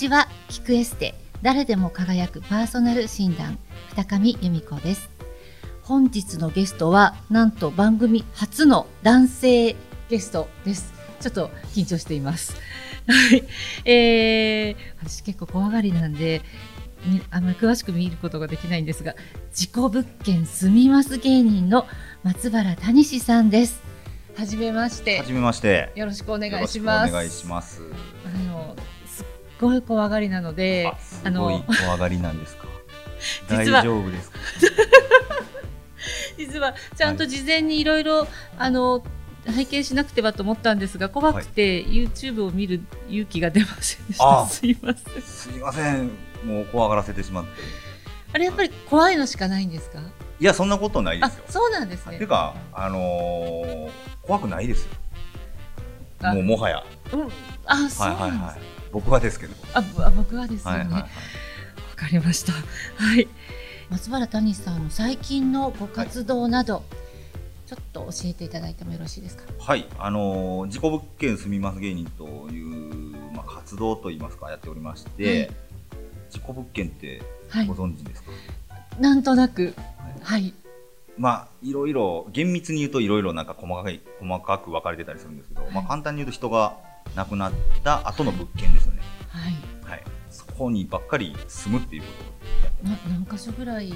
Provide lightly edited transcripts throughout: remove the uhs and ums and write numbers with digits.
ちは、聞くエステ誰でも輝くパーソナル診断、二上由美子です。本日のゲストはなんと番組初の男性ゲストです。ちょっと緊張しています私結構怖がりなんであまり詳しく見ることができないんですが、事故物件住みます芸人の松原谷志さんです。はじめまして。 はじめまして。 よろしくお願いします。 お願いします。 すっごい怖がりなので、 すごい怖がりなんですか。大実は丈夫ですか。 実はちゃんと事前にいろいろ拝見しなくてはと思ったんですが、怖くて YouTube を見る勇気が出ませんでした。すいません。 すいません。もう怖がらせてしまって。 あれやっぱり怖いのしかないんですか。 いや、そんなことないですよ。 そうなんですね。 てか怖くないですよ。もはや。 そうなんです。 僕はですけど。 僕はですよね。わかりました。はい。松原谷さんの最近のご活動など、ちょっと教えていただいてもよろしいですか。 はい。事故物件住みます芸人という活動といいますかやっておりまして、事故物件ってご存知ですか。 なんとなく。はい。 いろいろ厳密に言うといろいろなんか細かく分かれてたりするんですけど、簡単に言うと人が亡くなった後の物件ですよね。はい。そこにばっかり住むっていうことをやってます。 何箇所ぐらい。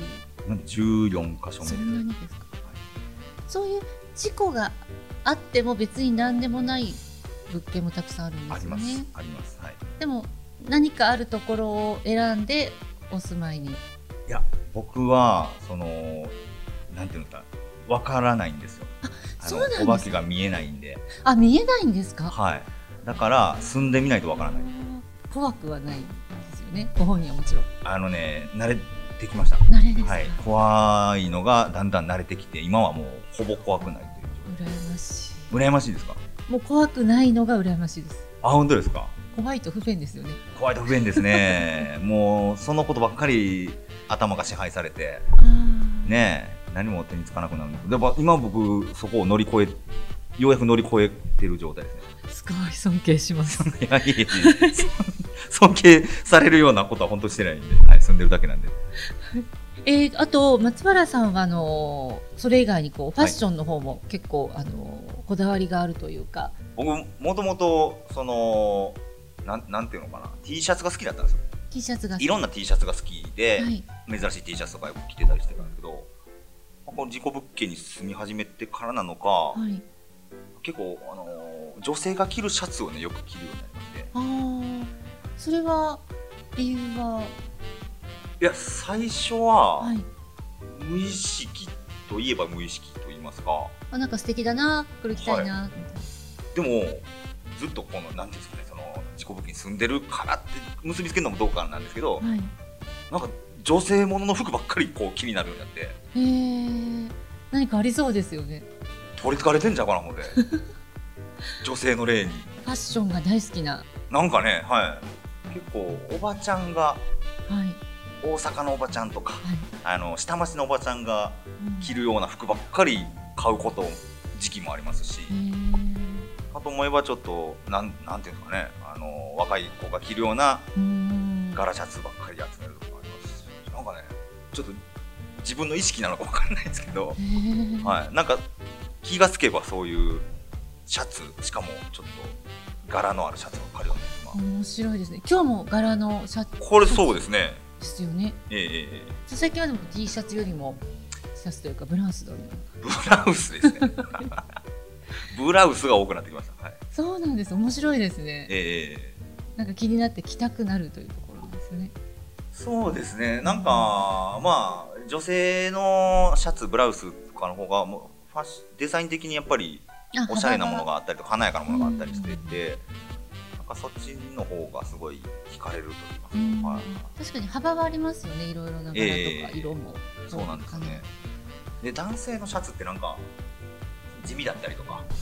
14箇所目です。 そんなにですか。そういう事故があっても別に何でもない物件もたくさんあるんですよね。 あります。はい。 でも何かあるところを選んでお住まいに。 いや、僕はなんていうのかわからないんですよ。 そうなんですか。 お化けが見えないんで。 見えないんですか。 はい。だから住んでみないとわからない。 怖くはないですよね。ご本人はもちろん。 慣れてきました。 慣れですか。 はい。怖いのがだんだん慣れてきて、今はもうほぼ怖くないという。 羨ましい。 羨ましいですか。 もう怖くないのが羨ましいです。 本当ですか。 怖いと不便ですよね。 怖いと不便ですね。もうそのことばっかり頭が支配されてね、何も手につかなくなるんです。でも今僕そこをようやく乗り越えてる状態ですね。 すごい尊敬します。 いや尊敬されるようなことは本当にしてないんで、住んでるだけなんで。 あと松原さんはそれ以外にファッションの方も結構こだわりがあるというか。 僕もともとなんていうのかな、T シャツが好きだったんですよ。 T シャツが好き。 いろんな T シャツが好きで、珍しい T シャツとかよく着てたりしてたんですけど、この事故物件に住み始めてからなのか、結構女性が着るシャツをねよく着るようになりまして。 それは理由は。 いや、最初は、無意識といえば無意識と言いますか、 なんか素敵だな、これ着たいな、 でもずっとなんていうんですかね、事故物件に住んでるからって結びつけるのもどうかなんですけど、なんか女性ものの服ばっかり気になるようになって。 何かありそうですよね。 取りつかれてんじゃうかな思って女性の霊に。 ファッションが大好きな。 なんかね、結構おばちゃんが、大阪のおばちゃんとか、下町のおばちゃんが着るような服ばっかり買う時期もありますし、かと思えばちょっとなんていうんですかね、若い子が着るような柄シャツばっかり集めるとかありますし、なんかね、ちょっと自分の意識なのか分からないですけど、なんか気がつけばそういうシャツ、しかもちょっと柄のあるシャツばっかりをね。 面白いですね。今日も柄のシャツ。 これそうですね。 ですよね。最近はでも T シャツよりもシャツというかブラウスだね。 ブラウスですね。ブラウスが多くなってきました。 そうなんです。面白いですね。なんか気になって着たくなるというところなんですよね。 そうですね。なんか女性のシャツ、ブラウスとかの方がもうデザイン的にやっぱりおしゃれなものがあったりとか華やかなものがあったりしてて、なんかそっちの方がすごい惹かれると言いますか。 確かに幅はありますよね。いろいろな柄とか色も。 そうなんですね。で、男性のシャツってなんか地味だったりとか、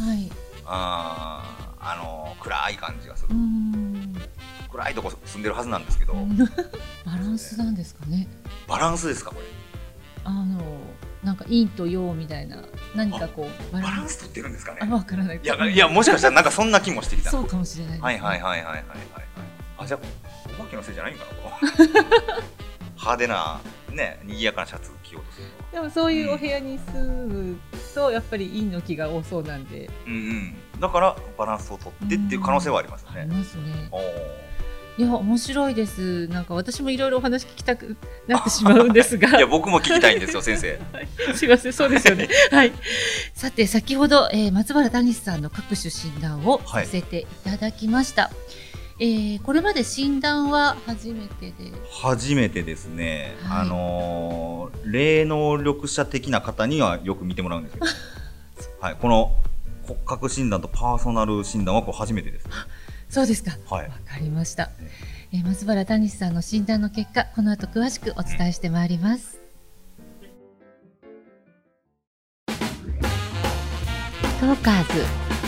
暗い感じがする。暗いとこ住んでるはずなんですけど。 バランスなんですかね。 バランスですか、これ。 なんか陰と陽みたいな、何かバランス取ってるんですかね。 わからない。 いや、もしかしたらなんかそんな気もしてきた。 そうかもしれない。 じゃじゃあお化けのせいじゃないんかな派手なね賑やかなシャツ着ようとするの。 でもそういうお部屋に住むとやっぱり陰の気が多そうなんで、 だからバランスをとってっていう可能性はありますよね。 ありますね。いや面白いです。なんか私もいろいろお話聞きたくなってしまうんですがいや僕も聞きたいんですよ先生すいません、そうですよねはい。さて先ほど、松原谷さんの各種診断をさせていただきました、これまで診断は初めてですね、霊能力者的な方にはよく見てもらうんですけどはい、この骨格診断とパーソナル診断はこれ初めてです、ね、 そうですか。わかりました。松原谷さんの診断の結果、この後詳しくお伝えしてまいります。トーカーズ。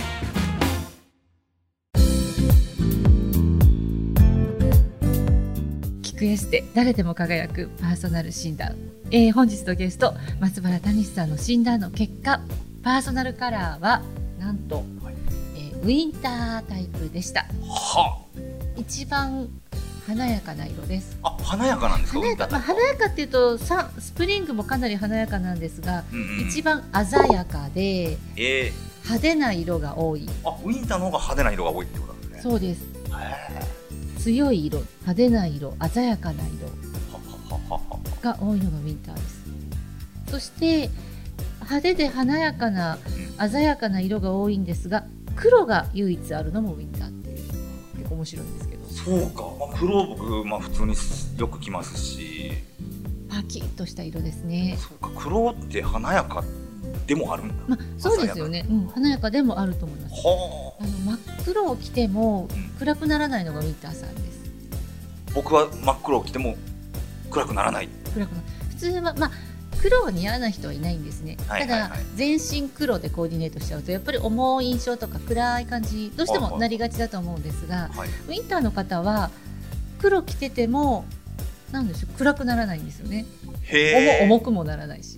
聞くエステ、誰でも輝くパーソナル診断。本日のゲスト、松原谷さんの診断の結果、パーソナルカラーはなんと、ウィンタータイプでした。一番華やかな色です。華やかなんですか？華やかっていうとスプリングもかなり華やかなんですが、一番鮮やかで、派手な色が多い。ウィンターの方が派手な色が多いってことなんですね。そうです。強い色、派手な色、鮮やかな色が多いのがウィンターです。そして派手で華やかな鮮やかな色が多いんですが、黒が唯一あるのもウィンターっていう、結構面白いんですけど。そうか、黒僕、普通によく着ますし、パキッとした色ですね。そうか、黒って華やかでもあるんだ。そうですよね、華やかでもあると思います。真っ黒を着ても暗くならないのがウィンターさんです。僕は真っ黒を着ても暗くならない。普通は黒は似合わない人はいないんですね。ただ全身黒でコーディネートしちゃうとやっぱり重い印象とか暗い感じどうしてもなりがちだと思うんですが、ウィンターの方は黒着ててもなんでしょう、暗くならないんですよね。重くもならないし、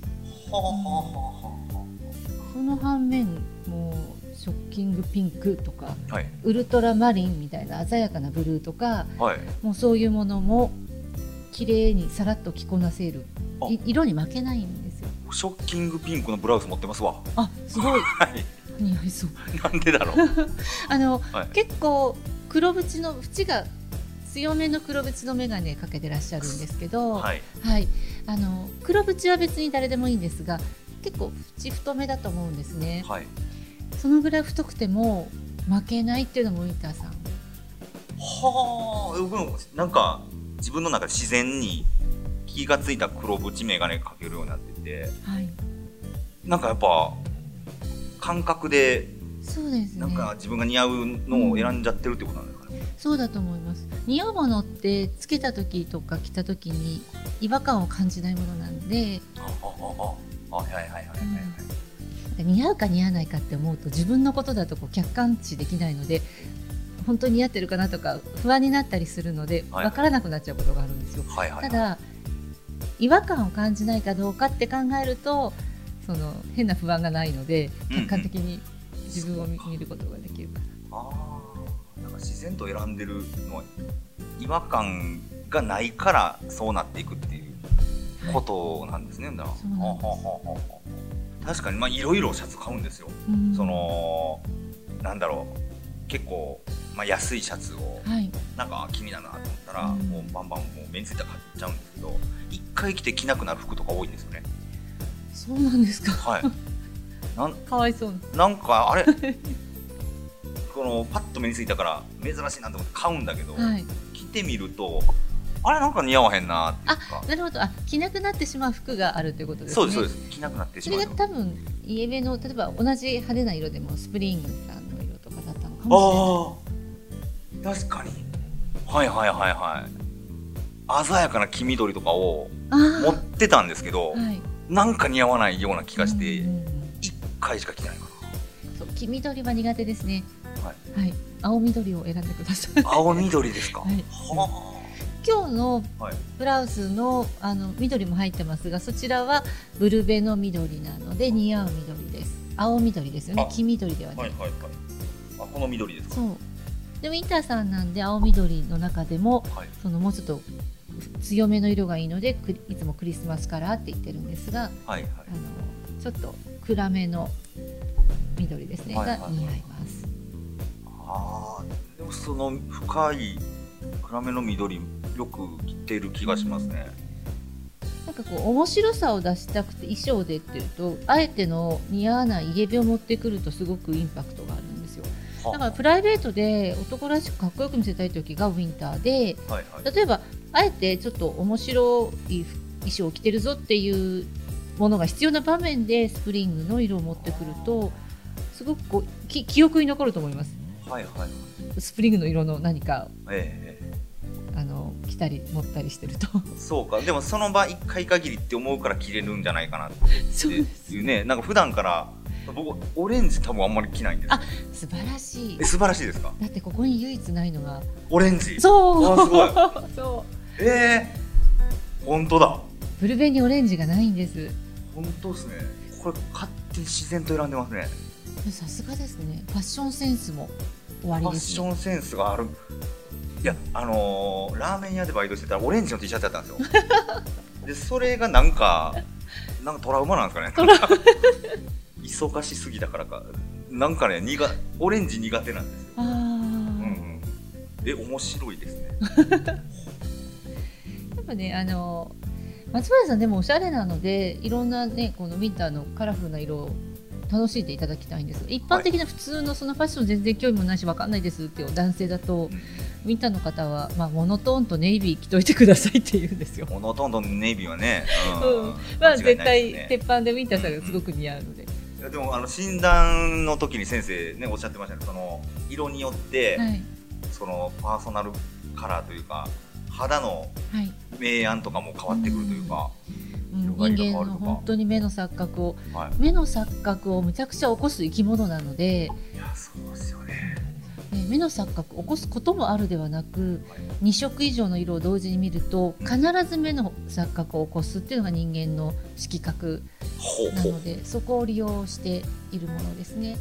その反面もうショッキングピンクとか、ウルトラマリンみたいな鮮やかなブルーとか、もうそういうものも綺麗にさらっと着こなせる、色に負けないんですよ。ショッキングピンクのブラウス持ってますわ。すごい似合いそう。なんでだろう結構黒縁の縁が強めの黒縁の眼鏡かけてらっしゃるんですけど、黒縁は別に誰でもいいんですが、結構縁太めだと思うんですね。そのぐらい太くても負けないっていうのもウィンターさん。なんか自分の中で自然に気がついた黒縁眼鏡かけるようになってて、なんかやっぱ感覚で、そうですね、なんか自分が似合うのを選んじゃってるってことなんですかね。そうだと思います。似合うものってつけた時とか着た時に違和感を感じないものなんで、似合うか似合わないかって思うと自分のことだと客観視できないので、本当に似合ってるかなとか不安になったりするので分からなくなっちゃうことがあるんですよ。ただ違和感を感じないかどうかって考えると、その変な不安がないので客観的に自分を見ることができるから、なんか自然と選んでるのは違和感がないからそうなっていくっていうことなんですね。確かにいろいろシャツ買うんですよ。そのなんだろう、結構安いシャツをなんか気になるなと思ったら、もうバンバンもう目についたら買っちゃうんですけど、一回着て着なくなる服とか多いんですよね。そうなんですか。かわいそうなんかあれこのパッと目についたから珍しいなと思って買うんだけど、着てみるとあれなんか似合わへんなっていうか。なるほど。着なくなってしまう服があるということですね。そうですそうです。着なくなってしまう。それが多分イエベの例えば同じ派手な色でもスプリングさんの色とかだったのかもしれない。確かに。鮮やかな黄緑とかを持ってたんですけど、なんか似合わないような気がして1回しか着ないかな。そう、黄緑は苦手ですね。青緑を選んでください。青緑ですか。今日のブラウスの緑も入ってますが、そちらはブルベの緑なので似合う緑です。青緑ですよね。黄緑ではない。この緑ですか。そうでウィンターさんなんで青緑の中でも、はい、そのもうちょっと強めの色がいいのでいつもクリスマスカラーって言ってるんですが、はいはい、ちょっと暗めの緑ですね、はいはいはい、が似合います。 でもその深い暗めの緑よく着てる気がしますね。 なんかこう面白さを出したくて衣装でっていうとあえての似合わないイエベを持ってくるとすごくインパクトがあるんですよ。だからプライベートで男らしくかっこよく見せたい時がウィンターで、はいはい、例えばあえてちょっと面白い衣装を着てるぞっていうものが必要な場面でスプリングの色を持ってくるとすごくこう記憶に残ると思います。はいはい、スプリングの色の何か、着たり持ったりしてるとそうか。でもその場1回限りって思うから着れるんじゃないかなっていうね。なんか普段から僕オレンジ多分あんまり着ないんです。 あ、素晴らしい。 素晴らしいですか。 だってここに唯一ないのがオレンジ。 そう。 すごい。そう。本当だ。 ブルベにオレンジがないんです。 本当ですね。これ勝手に自然と選んでますね。 さすがですね。ファッションセンスも終わりですね。 ファッションセンスがある。いや、ラーメン屋でバイトしてたらオレンジの T シャツやったんですよ。でそれがなんかトラウマなんですかね。忙しすぎだからかなんかねオレンジ苦手なんですよ。面白いですね。 やっぱね松原さんでもおしゃれなのでいろんなねこのウィンターのカラフルな色を楽しんでいただきたいんです。一般的な普通のそのファッション全然興味もないし分かんないですっていう男性だと、ウィンターの方は、モノトーンとネイビー着といてくださいって言うんですよ。 モノトーンとネイビーはね、 絶対鉄板でウィンターさんがすごく似合うので。 でも診断の時に先生ねおっしゃってましたね。その色によって、はい、そのパーソナルカラーというか肌の明暗とかも変わってくるというか、 人間の本当に目の錯覚を、目の錯覚をむちゃくちゃ起こす生き物なので。 いやそうですよね。 目の錯覚を起こすこともあるではなく、2色以上の色を同時に見ると必ず目の錯覚を起こすっていうのが人間の色覚なので、そこを利用しているものですね。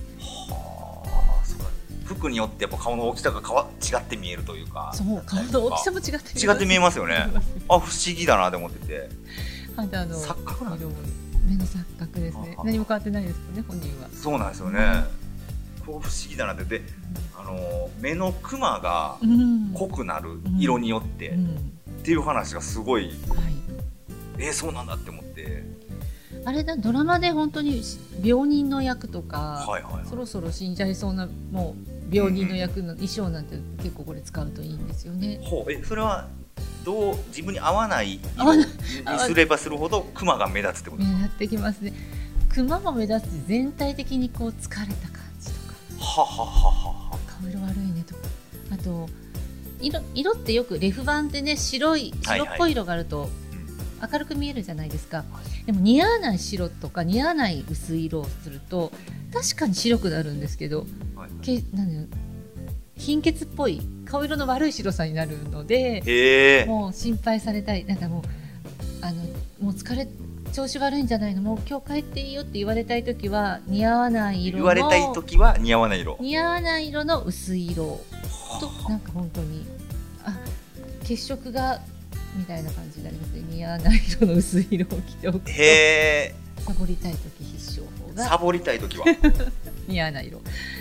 服によってやっぱ顔の大きさが違って見えるというか。 そう、顔の大きさも違って見えますよね。不思議だなと思ってて。錯覚なんですね。 目の錯覚ですね。何も変わってないですよね、本人は。 そうなんですよね。不思議だなって。で、目のクマが濃くなる色によってっていう話がすごい、そうなんだって思って。 あれだ、ドラマで本当に病人の役とか、そろそろ死んじゃいそうなもう病人の役の衣装なんて結構これ使うといいんですよね。 それは自分に合わない色にすればするほどクマが目立つってことですか。 目立ってきますね。クマも目立つし、全体的にこう疲れた感じとか、顔色悪いねとか、あと色ってよくレフ板でね白っぽい色があると明るく見えるじゃないですか。でも似合わない白とか似合わない薄い色をすると確かに白くなるんですけど、貧血っぽい顔色の悪い白さになるので、もう心配されたい。なんかもう調子悪いんじゃないの、もう今日帰っていいよって言われたいときは似合わない色の、 言われたいときは似合わない色の薄い色と、なんか本当に血色がみたいな感じになりますね。似合わない色の薄い色を着ておくと、サボりたいとき必勝法が、 サボりたいときは似合わない色。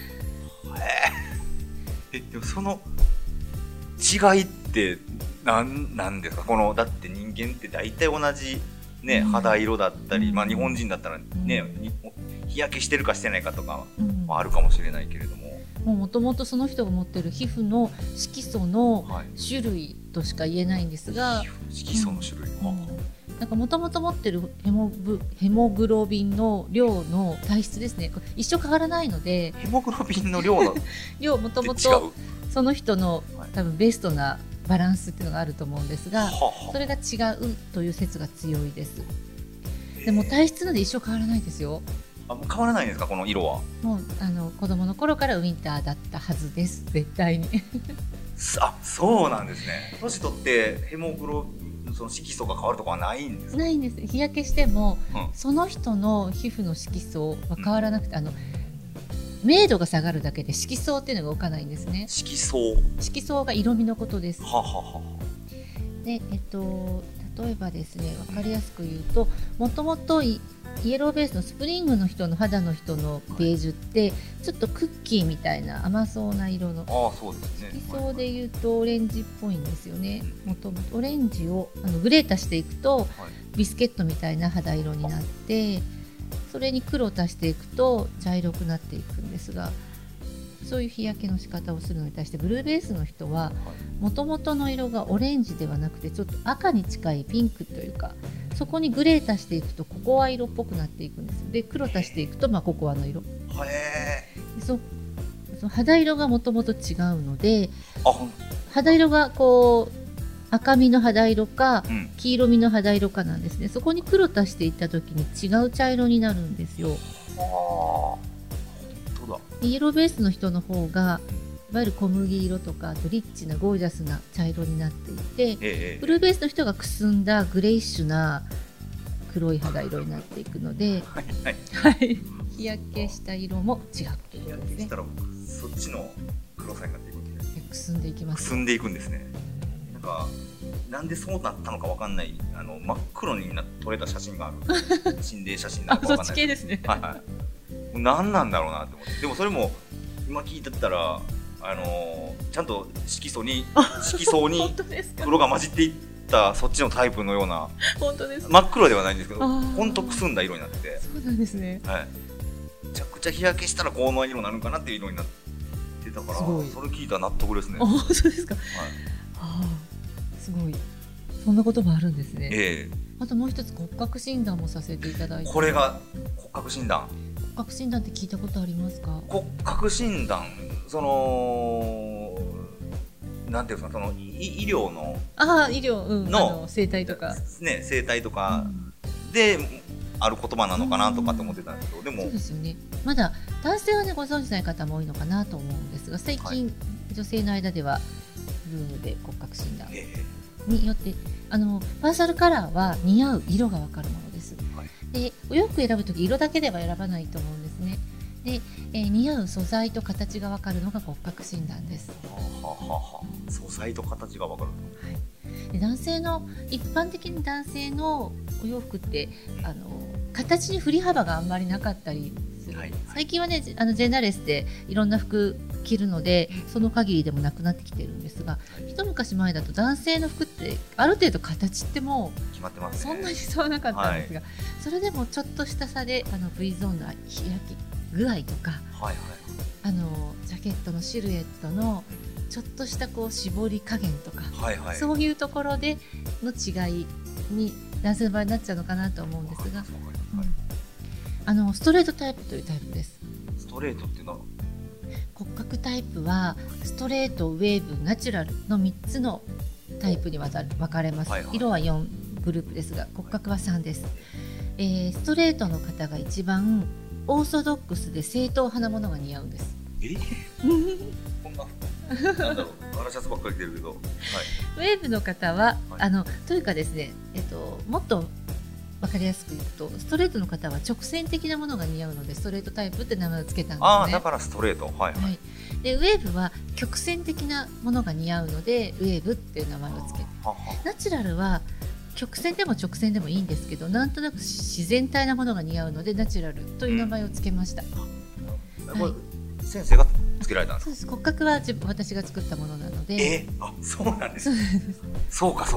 でもその違いってなんですか。だって人間って大体同じね、肌色だったり、日本人だったらね、日焼けしてるかしてないかとかはあるかもしれないけれども、 もともとその人が持ってる皮膚の色素の種類としか言えないんですが、 色素の種類、 なんかもともと持ってるヘモグロビンの量の体質ですね、一生変わらないので、 ヘモグロビンの量の量もともとその人の多分ベストなバランスっていうのがあると思うんですが、それが違うという説が強いです。でも体質なんで一生変わらないですよ。 もう変わらないんですか、この色は。 もう子供の頃からウィンターだったはずです、絶対に。 そうなんですね。年取ってヘモグロその色素が変わるとかはないんですか。 ないんです。日焼けしても、その人の皮膚の色素は変わらなくて、 明度が下がるだけで色相っていうのが動かないんですね。 色相。 色相が色味のことです。 ははは。 で、例えばですね、分かりやすく言うと、もともとイエローベースのスプリングの人の肌の人のベージュってちょっとクッキーみたいな甘そうな色の、 そうですね、 色相で言うとオレンジっぽいんですよね。もともとオレンジをグレー足していくとビスケットみたいな肌色になって、それに黒を足していくと茶色くなっていくんですが、そういう日焼けの仕方をするのに対してブルーベースの人はもともとの色がオレンジではなくてちょっと赤に近いピンクというか、そこにグレー足していくとココア色っぽくなっていくんです。で黒足していくとココアの色。肌色がもともと違うので、肌色がこう赤みの肌色か黄色みの肌色かなんですね。そこに黒足していった時に違う茶色になるんですよ。イエローベースの人の方がいわゆる小麦色とか、あとリッチなゴージャスな茶色になっていて、ブルーベースの人がくすんだグレイッシュな黒い肌色になっていくので、日焼けした色も違うということですね。日焼けしたらそっちの黒さになっていくんですね。 くすんでいきます。 くすんでいくんですね。なんでそうなったのかわかんない、真っ黒に撮れた写真がある。心霊写真なのかわかんない。 そっち系ですね。 何なんだろうなって思って。でもそれも今聞いてたらちゃんと色素に黒が混じっていったそっちのタイプのような。 本当です。 真っ黒ではないんですけど、ほんとくすんだ色になってて。 そうなんですね。 めちゃくちゃ日焼けしたらこの色になるかなっていう色になってたから、それ聞いたら納得ですね。 そうですか。すごい。そんなこともあるんですね。あともう一つ骨格診断もさせていただいて。 これが骨格診断。 骨格診断って聞いたことありますか？ 骨格診断、なんていうんですか、医療のの生態とかね、生態とかである言葉なのかなとかって思ってたんですけど、でもそうですよね。まだ男性はねご存知ない方も多いのかなと思うんですが、最近、女性の間ではブームで骨格診断によってパーソナルカラーは似合う色が分かるものです。でお洋服選ぶとき色だけでは選ばないと思うんですね。で、似合う素材と形が分かるのが骨格診断です。 素材と形が分かる。 で男性の一般的に男性のお洋服って形に振り幅があんまりなかったりする。最近はねジェンダーレスでいろんな服着るのでその限りでもなくなってきてるんですが、一昔前だと男性の服ってある程度形ってもう決まってます、ね、 そんなに差はなかったんですが、それでもちょっとした差でV ゾーンの日焼け具合とか、ジャケットのシルエットのちょっとしたこう絞り加減とか、そういうところでの違いに男性の場合になっちゃうのかなと思うんですが、ストレートタイプというタイプです。 ストレートっていうのは骨格タイプはストレート、ウェーブ、ナチュラルの3つのタイプに分かれます。色は4グループですが骨格は3です。ストレートの方が一番オーソドックスで正統派なものが似合うんです。 こんななんだろう、柄シャツばっかり着てるけど、 ウェーブの方は、というかですね、もっと分かりやすく言うとストレートの方は直線的なものが似合うのでストレートタイプって名前を付けたんですね。 だからストレート。 でウェーブは曲線的なものが似合うのでウェーブっていう名前を付けて、ナチュラルは曲線でも直線でもいいんですけど、なんとなく自然体なものが似合うのでナチュラルという名前を付けました。 先生が付けられたんですか？ そうです。骨格は私が作ったものなので。 そうなんですね。そうか。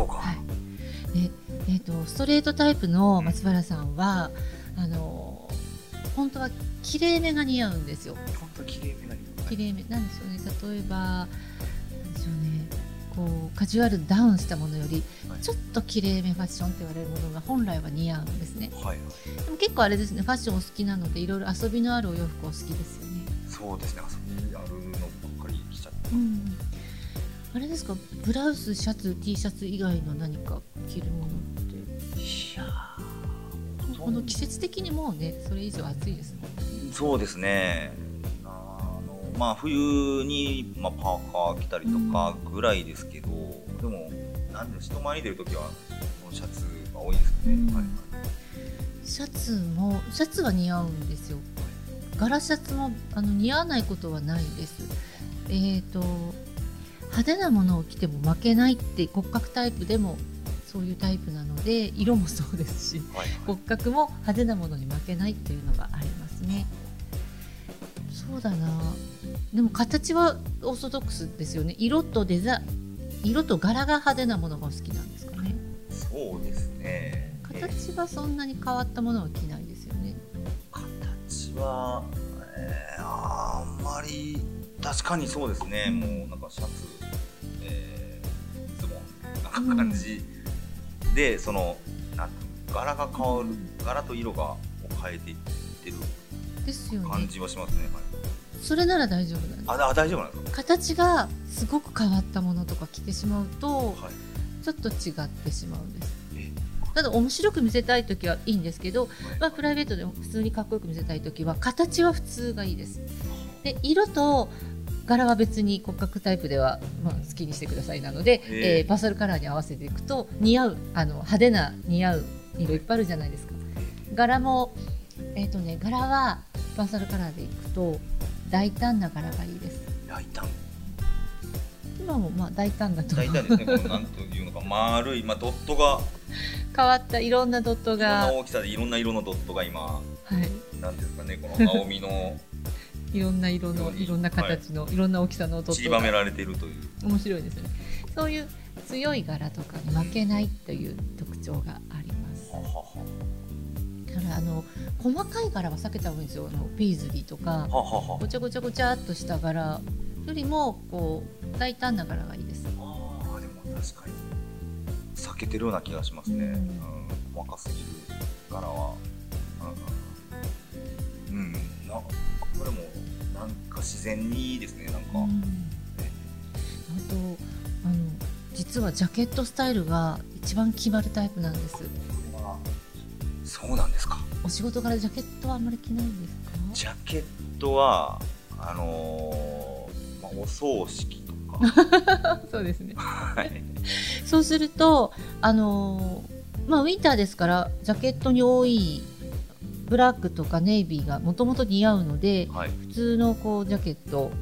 ストレートタイプの松原さんは本当はきれいめが似合うんですよ。 本当きれいめが似合う。 きれいめなんですよね。例えばなんでしょうね、こうカジュアルダウンしたものよりちょっときれいめファッションって言われるものが本来は似合うんですね。でも結構あれですね、ファッションお好きなのでいろいろ遊びのあるお洋服お好きですよね。 そうですね、遊びあるのばっかり着ちゃって、 あれですか、ブラウス、シャツ、T シャツ以外の何か着るものって？ いやこの季節的にもうねそれ以上暑いですもんね。 そうですね。冬に、パーカー着たりとかぐらいですけど、でもなんで人前に出るときはシャツが多いですね。 シャツは似合うんですよ。 柄シャツも似合わないことはないです。派手なものを着ても負けないって骨格タイプでもそういうタイプなので、色もそうですし、はいはい、骨格も派手なものに負けないっていうのがありますね。そうだな。でも形はオーソドックスですよね。色と柄が派手なものがお好きなんですかね。 そうですね。 形はそんなに変わったものは着ないですよね。 形は、あんまり確かにそうですね。もうなんかシャツ、ズボンな感じ、でそのなん柄が変わる、柄と色が変えていってる感じはしますね。はい、 それなら大丈夫なんです。 大丈夫なんですか。形がすごく変わったものとか着てしまうと、ちょっと違ってしまうんです。ただ面白く見せたいときはいいんですけど、プライベートでも普通にかっこよく見せたいときは形は普通がいいです。で色と柄は別に骨格タイプでは、好きにしてくださいなので、パステルカラーに合わせていくと似合う派手な似合う色いっぱいあるじゃないですか。柄も柄はパステルカラーでいくと大胆な柄がいいです。 大胆。 今も大胆だと大胆ですね。このなんというのか丸いドットが変わったいろんなドットがいろんな大きさでいろんな色のドットが今、なんですかね、この青みのいろんな色のいろんな形の、いろんな大きさのドットが散りばめられているという面白いですね。そういう強い柄とかに負けないという特徴があります。だから細かい柄は避けた方がいいんですよ。ペイズリーとかごちゃごちゃごちゃっとした柄よりも大胆な柄がいいです。でも確かに避けてるような気がしますね。細かすぎる柄は。これもなんか自然にいいですね。なんか。あと実はジャケットスタイルが一番決まるタイプなんです。 そうなんですか。 お仕事からジャケットはあんまり着ないんですか？ ジャケットはお葬式とかそうですね。そうするとウィンターですからジャケットに多いブラックとかネイビーがもともと似合うので、普通のジャケッ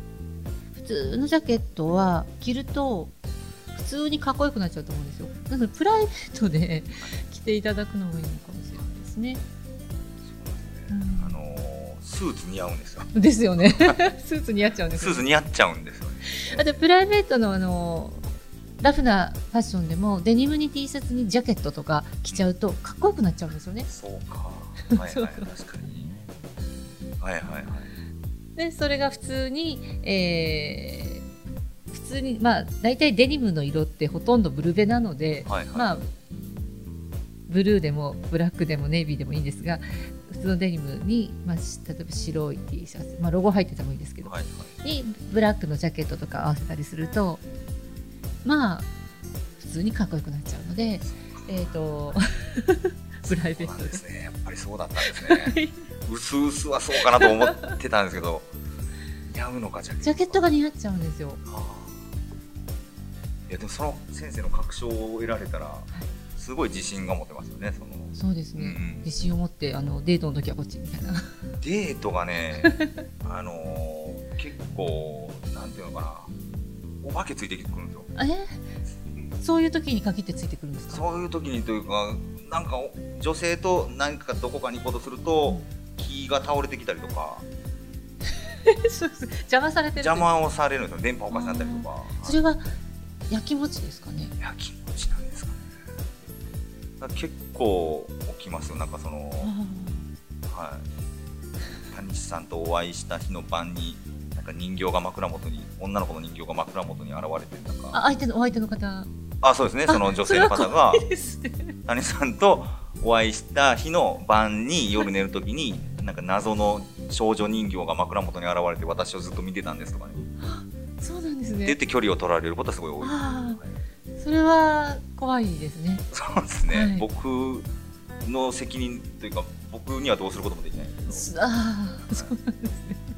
トは着ると普通にかっこよくなっちゃうと思うんですよ。なのでプライベートで着ていただくのもいいのかもしれないですね。 スーツ似合うんですよ。 ですよね。スーツ似合っちゃうんですよね。 スーツ似合っちゃうんですよね。 あとプライベートのラフなファッションでもデニムに T シャツにジャケットとか着ちゃうとかっこよくなっちゃうんですよね。 そうか。確かに。 でそれが普通に大体デニムの色ってほとんどブルベなので、ブルーでもブラックでもネイビーでもいいんですが、普通のデニムに、例えば白い T シャツ、ロゴ入っててもいいですけど、にブラックのジャケットとか合わせたりすると普通にかっこよくなっちゃうので、プライベートですね。 やっぱりそうだったんですね。うすうすはそうかなと思ってたんですけど、似合うのかジャケットが似合っちゃうんですよ。 でもその先生の確証を得られたら、すごい自信が持てますよね。 そうですね。自信を持ってデートの時はこっちみたいな。 デートがね、結構なんていうのかな、お化けついてくるんですよ。 そういう時に限ってついてくるんですか？ そういう時にというか、なんか女性と何かどこかに行こうとすると、木が倒れてきたりとか邪魔されてる。 邪魔をされるんですよ。電波おかしなったりとか。 それは焼きもちですかね？ 焼きもちなんですかね。結構起きますよ。なんか谷さんとお会いした日の晩になんか人形が枕元に、女の子の人形が枕元に現れて、なんかお相手の方、 そうですね、その女性の方が谷さんとお会いした日の晩に夜寝るときになんか謎の少女人形が枕元に現れて私をずっと見てたんですとかね。 そうなんですね。 出て距離を取られることはすごい多い。 それは怖いですね。 そうですね。僕の責任というか、僕にはどうすることもできないですけど。 そうなんです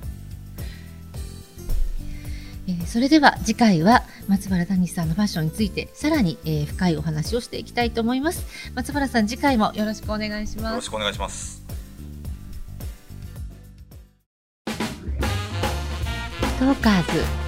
ね。それでは次回は松原谷さんのファッションについてさらに深いお話をしていきたいと思います。松原さん、次回もよろしくお願いします。 よろしくお願いします。 トーカーズ。